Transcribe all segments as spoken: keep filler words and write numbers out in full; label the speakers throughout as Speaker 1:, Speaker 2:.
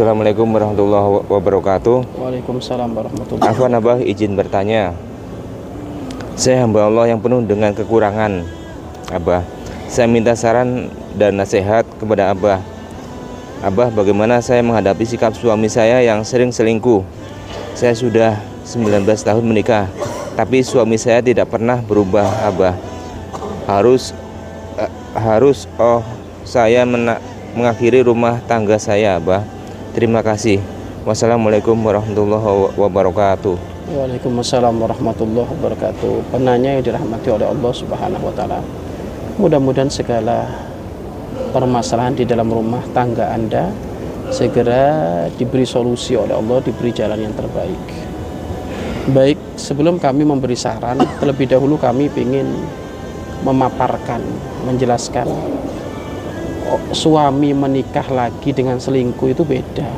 Speaker 1: Assalamualaikum warahmatullahi wabarakatuh.
Speaker 2: Waalaikumsalam warahmatullahi wabarakatuh.
Speaker 1: Afwan Abah, izin bertanya. Saya hamba Allah yang penuh dengan kekurangan, Abah. Saya minta saran dan nasihat kepada Abah. Abah, bagaimana saya menghadapi sikap suami saya yang sering selingkuh? Saya sudah sembilan belas tahun menikah, tapi suami saya tidak pernah berubah, Abah. Harus uh, harus oh saya mena mengakhiri rumah tangga saya, Abah. Terima kasih. Wassalamualaikum warahmatullahi wabarakatuh.
Speaker 2: Waalaikumsalam warahmatullahi wabarakatuh. Penanya yang dirahmati oleh Allah Subhanahu wa taala. Mudah-mudahan segala permasalahan di dalam rumah tangga Anda segera diberi solusi oleh Allah, diberi jalan yang terbaik. Baik, sebelum kami memberi saran, terlebih dahulu kami ingin memaparkan, menjelaskan suami menikah lagi dengan selingkuh itu beda.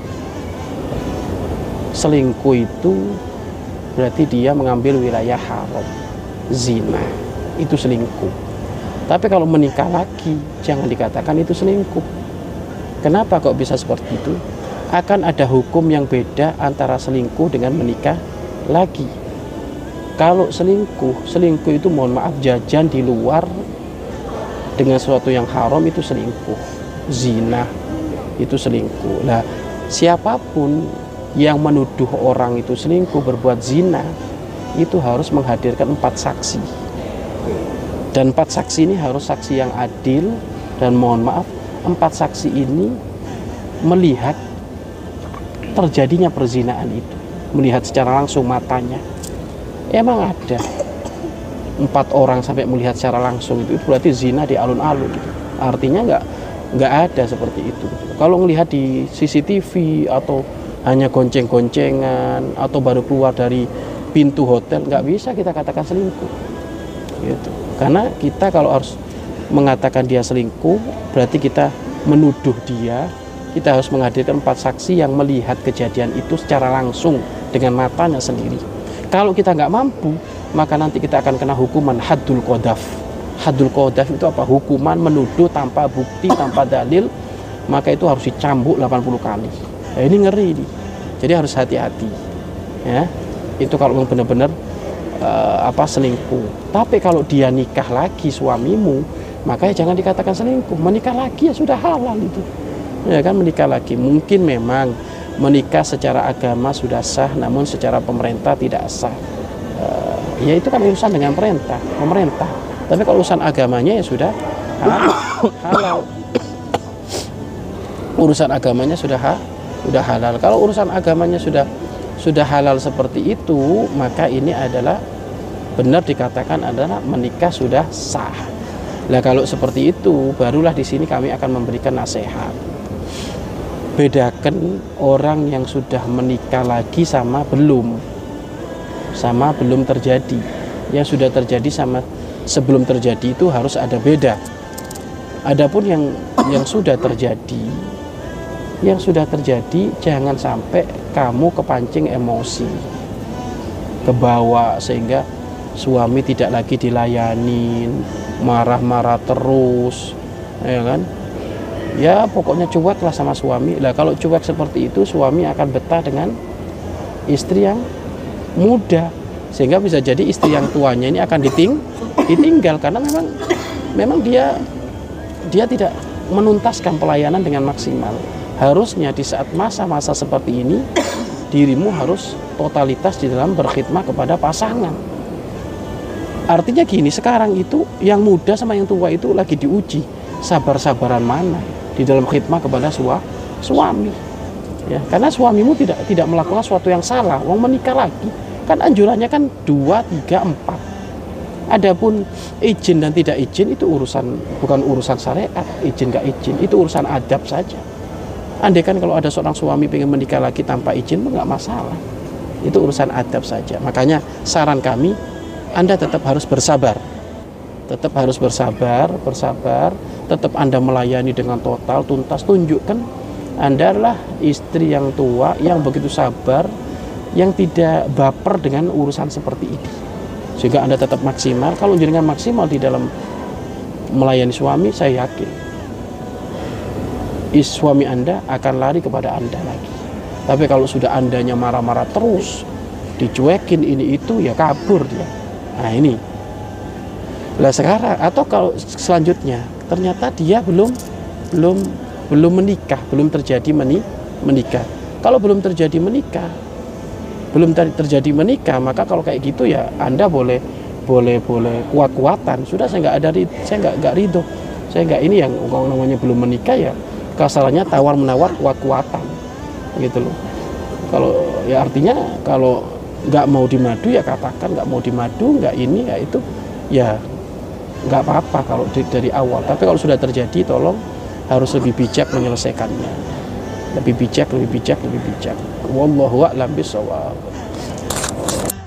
Speaker 2: Selingkuh itu berarti dia mengambil wilayah haram, zina, itu selingkuh. Tapi kalau menikah lagi, jangan dikatakan itu selingkuh. Kenapa kok bisa seperti itu? Akan ada hukum yang beda antara selingkuh dengan menikah lagi. Kalau selingkuh, selingkuh itu mohon maaf jajan di luar dengan sesuatu yang haram itu selingkuh. Zina itu selingkuh. Nah, siapapun yang menuduh orang itu selingkuh berbuat zina itu harus menghadirkan empat saksi. Dan empat saksi ini harus saksi yang adil, dan mohon maaf, empat saksi ini melihat terjadinya perzinaan itu, melihat secara langsung matanya. Emang ada empat orang sampai melihat secara langsung itu, itu berarti zina di alun-alun gitu. Artinya nggak nggak ada seperti itu. Kalau melihat di C C T V atau hanya gonceng-goncengan atau baru keluar dari pintu hotel, nggak bisa kita katakan selingkuh gitu. Karena kita kalau harus mengatakan dia selingkuh, berarti kita menuduh dia. Kita harus menghadirkan empat saksi yang melihat kejadian itu secara langsung dengan matanya sendiri. Kalau kita nggak mampu, maka nanti kita akan kena hukuman haddul qadhaf. Haddul qadhaf itu apa? Hukuman menuduh tanpa bukti, tanpa dalil, maka itu harus dicambuk delapan puluh kali. Ya, ini ngeri ini. Jadi harus hati-hati. Ya. Itu kalau benar-benar uh, apa selingkuh. Tapi kalau dia nikah lagi suamimu, maka ya jangan dikatakan selingkuh. Menikah lagi ya sudah halal itu. Ya kan, menikah lagi. Mungkin memang menikah secara agama sudah sah, namun secara pemerintah tidak sah. Uh, ya itu kan urusan dengan perintah, pemerintah. Tapi kalau urusan agamanya ya sudah halal. Urusan agamanya sudah ha, sudah halal. Kalau urusan agamanya sudah sudah halal seperti itu, maka ini adalah benar dikatakan adalah menikah sudah sah. Nah, kalau seperti itu, barulah di sini kami akan memberikan nasihat. Bedakan orang yang sudah menikah lagi sama belum, sama belum terjadi. Yang sudah terjadi sama sebelum terjadi itu harus ada beda. Adapun yang yang sudah terjadi, yang sudah terjadi jangan sampai kamu kepancing emosi, kebawa sehingga suami tidak lagi dilayanin, marah-marah terus, ya kan? Ya pokoknya cuek lah sama suami. Lah kalau cuek seperti itu, suami akan betah dengan istri yang muda, sehingga bisa jadi istri yang tuanya ini akan diting ditinggal karena memang memang dia dia tidak menuntaskan pelayanan dengan maksimal. Harusnya di saat masa-masa seperti ini, dirimu harus totalitas di dalam berkhidmat kepada pasangan. Artinya gini, sekarang itu yang muda sama yang tua itu lagi diuji sabar-sabaran mana di dalam khidmat kepada sua, suami. Ya, karena suamimu tidak tidak melakukan sesuatu yang salah. Wong menikah lagi kan anjurannya kan dua, tiga, empat. Adapun izin dan tidak izin itu urusan, bukan urusan syariat. Izin gak izin itu urusan adab saja. Andai kan kalau ada seorang suami pengen menikah lagi tanpa izin, nggak masalah. Itu urusan adab saja. Makanya saran kami, Anda tetap harus bersabar. Tetap harus bersabar, bersabar. Tetap Anda melayani dengan total, tuntas. Tunjukkan Anda adalah istri yang tua, yang begitu sabar, yang tidak baper dengan urusan seperti ini. Sehingga Anda tetap maksimal. Kalau jenengan maksimal di dalam melayani suami, saya yakin is suami Anda akan lari kepada Anda lagi. Tapi kalau sudah Andanya marah-marah terus, dicuekin ini itu, ya kabur dia. Nah ini. Lah sekarang, atau kalau selanjutnya ternyata dia belum belum belum menikah, belum terjadi meni, menikah. Kalau belum terjadi menikah, belum ter, terjadi menikah, maka kalau kayak gitu ya Anda boleh boleh boleh kuat-kuatan. Sudah saya nggak ada, saya nggak nggak ridho, saya nggak ini yang namanya belum menikah ya. Kasarannya tawar menawar kuat-kuatan, gitu loh. Kalau ya artinya kalau nggak mau dimadu ya katakan nggak mau dimadu, nggak ini ya itu ya nggak apa-apa kalau di, dari awal. Tapi kalau sudah terjadi, tolong harus lebih bijak menyelesaikannya, lebih bijak, lebih bijak, lebih bijak. Wallahu a'lam bishawab.